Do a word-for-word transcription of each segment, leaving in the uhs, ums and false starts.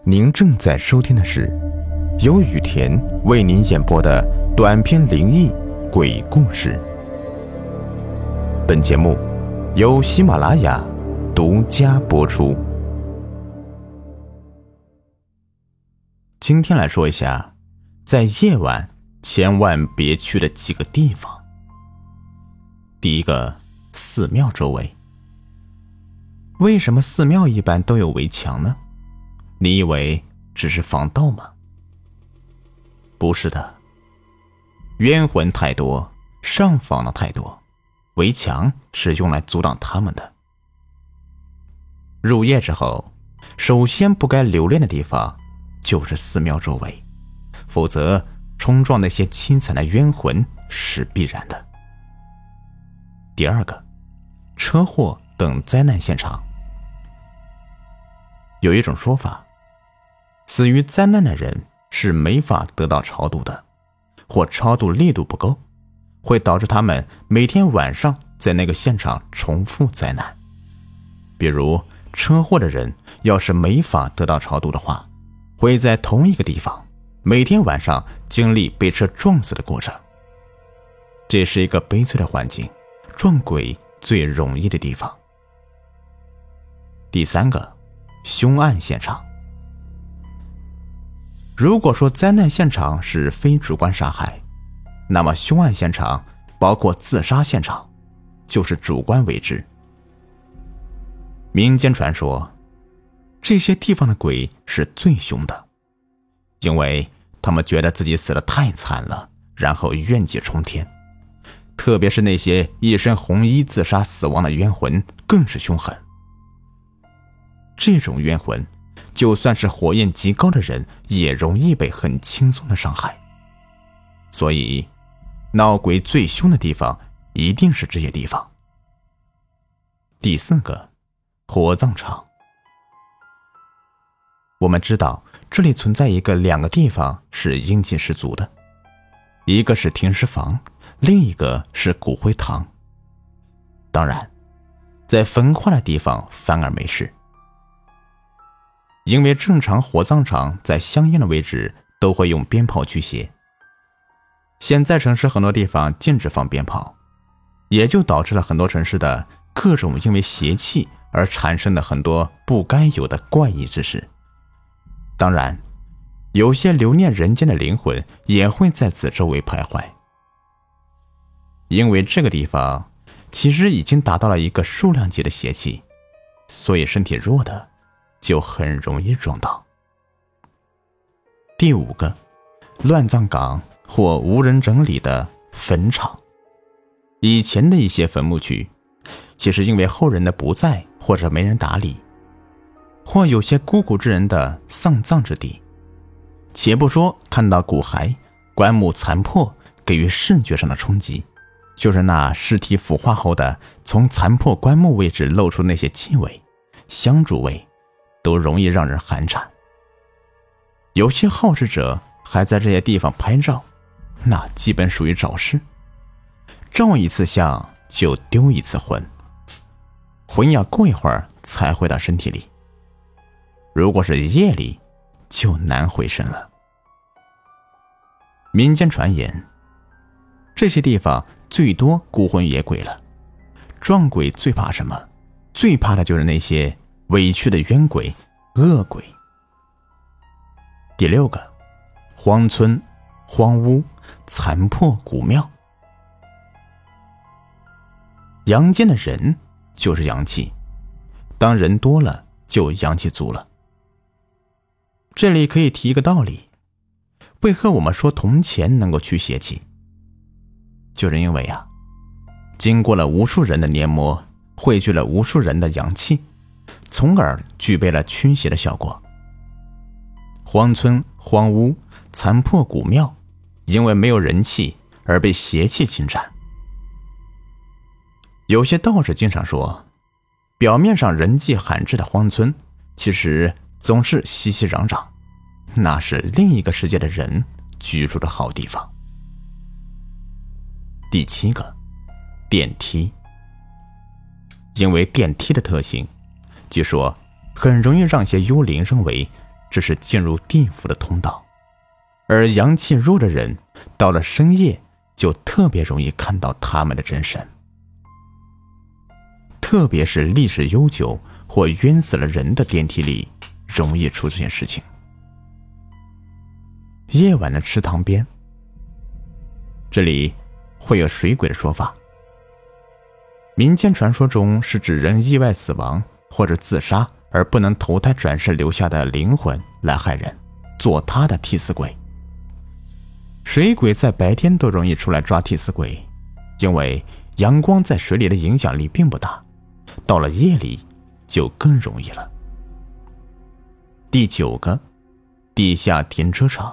您正在收听的是由雨田为您演播的短篇灵异鬼故事。本节目由喜马拉雅独家播出。今天来说一下在夜晚千万别去的几个地方。第一个，寺庙周围。为什么寺庙一般都有围墙呢？你以为只是防盗吗？不是的，冤魂太多，上访的太多，围墙是用来阻挡他们的。入夜之后，首先不该留恋的地方就是寺庙周围，否则冲撞那些凄惨的冤魂是必然的。第二个，车祸等灾难现场。有一种说法，死于灾难的人是没法得到超度的，或超度力度不够，会导致他们每天晚上在那个现场重复灾难。比如车祸的人要是没法得到超度的话，会在同一个地方每天晚上经历被车撞死的过程。这是一个悲催的环境，撞鬼最容易的地方。第三个，凶案现场。如果说灾难现场是非主观杀害，那么凶案现场包括自杀现场，就是主观为之。民间传说，这些地方的鬼是最凶的，因为他们觉得自己死得太惨了，然后怨气冲天。特别是那些一身红衣自杀死亡的冤魂更是凶狠。这种冤魂就算是火焰极高的人也容易被很轻松的伤害，所以闹鬼最凶的地方一定是这些地方。第四个，火葬场。我们知道这里存在一个两个地方是阴气十足的，一个是停尸房，另一个是骨灰堂。当然在焚化的地方反而没事，因为正常火葬场在香烟的位置都会用鞭炮驱邪。现在城市很多地方禁止放鞭炮，也就导致了很多城市的各种因为邪气而产生的很多不该有的怪异之事。当然有些留念人间的灵魂也会在此周围徘徊，因为这个地方其实已经达到了一个数量级的邪气，所以身体弱的就很容易撞到。第五个，乱葬岗或无人整理的坟场。以前的一些坟墓区，其实因为后人的不在或者没人打理，或有些孤苦之人的丧葬之地。且不说看到骨骸、棺木残破给予视觉上的冲击，就是那尸体腐化后的从残破棺木位置露出那些气味、香烛味，都容易让人寒颤。有些好事者还在这些地方拍照，那基本属于找事，照一次相就丢一次魂，魂要过一会儿才回到身体里，如果是夜里就难回身了。民间传言，这些地方最多孤魂野鬼了，撞鬼最怕什么？最怕的就是那些委屈的冤鬼、恶鬼。第六个，荒村、荒屋、残破古庙。阳间的人就是阳气，当人多了就阳气足了。这里可以提一个道理，为何我们说铜钱能够驱邪气？就是因为啊，经过了无数人的研磨，汇聚了无数人的阳气，从而具备了驱邪的效果。荒村、荒屋、残破古庙，因为没有人气而被邪气侵占。有些道士经常说，表面上人迹罕至的荒村，其实总是熙熙攘攘，那是另一个世界的人居住的好地方。第七个，电梯。因为电梯的特性，据说很容易让些幽灵认为只是进入地府的通道，而阳气弱的人到了深夜就特别容易看到他们的真身，特别是历史悠久或冤死了人的电梯里容易出这件事情。夜晚的池塘边，这里会有水鬼的说法。民间传说中是指人意外死亡或者自杀而不能投胎转世留下的灵魂来害人，做他的替死鬼。水鬼在白天都容易出来抓替死鬼，因为阳光在水里的影响力并不大，到了夜里就更容易了。第九个，地下停车场。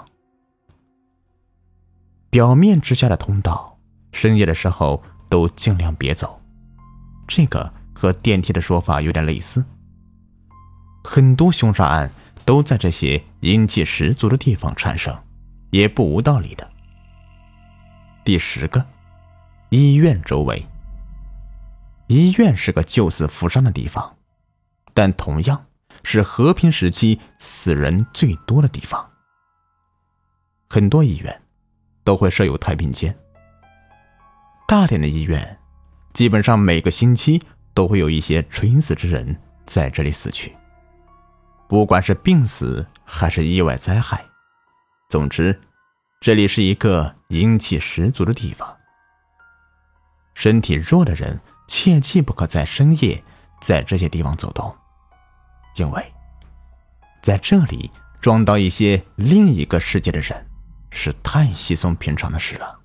表面之下的通道，深夜的时候都尽量别走。这个和电梯的说法有点类似。很多凶杀案都在这些阴气十足的地方产生，也不无道理的。第十个，医院周围。医院是个救死扶伤的地方，但同样是和平时期死人最多的地方。很多医院都会设有太平间。大连的医院基本上每个星期都会有一些垂死之人在这里死去，不管是病死还是意外灾害，总之这里是一个阴气十足的地方。身体弱的人切记不可在深夜在这些地方走动，因为在这里撞到一些另一个世界的人是太稀松平常的事了。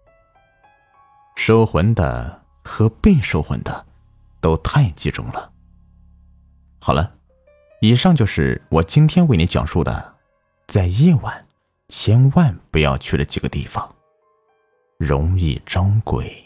收魂的和被收魂的都太集中了。好了，以上就是我今天为你讲述的在夜晚千万不要去的几个地方，容易招鬼。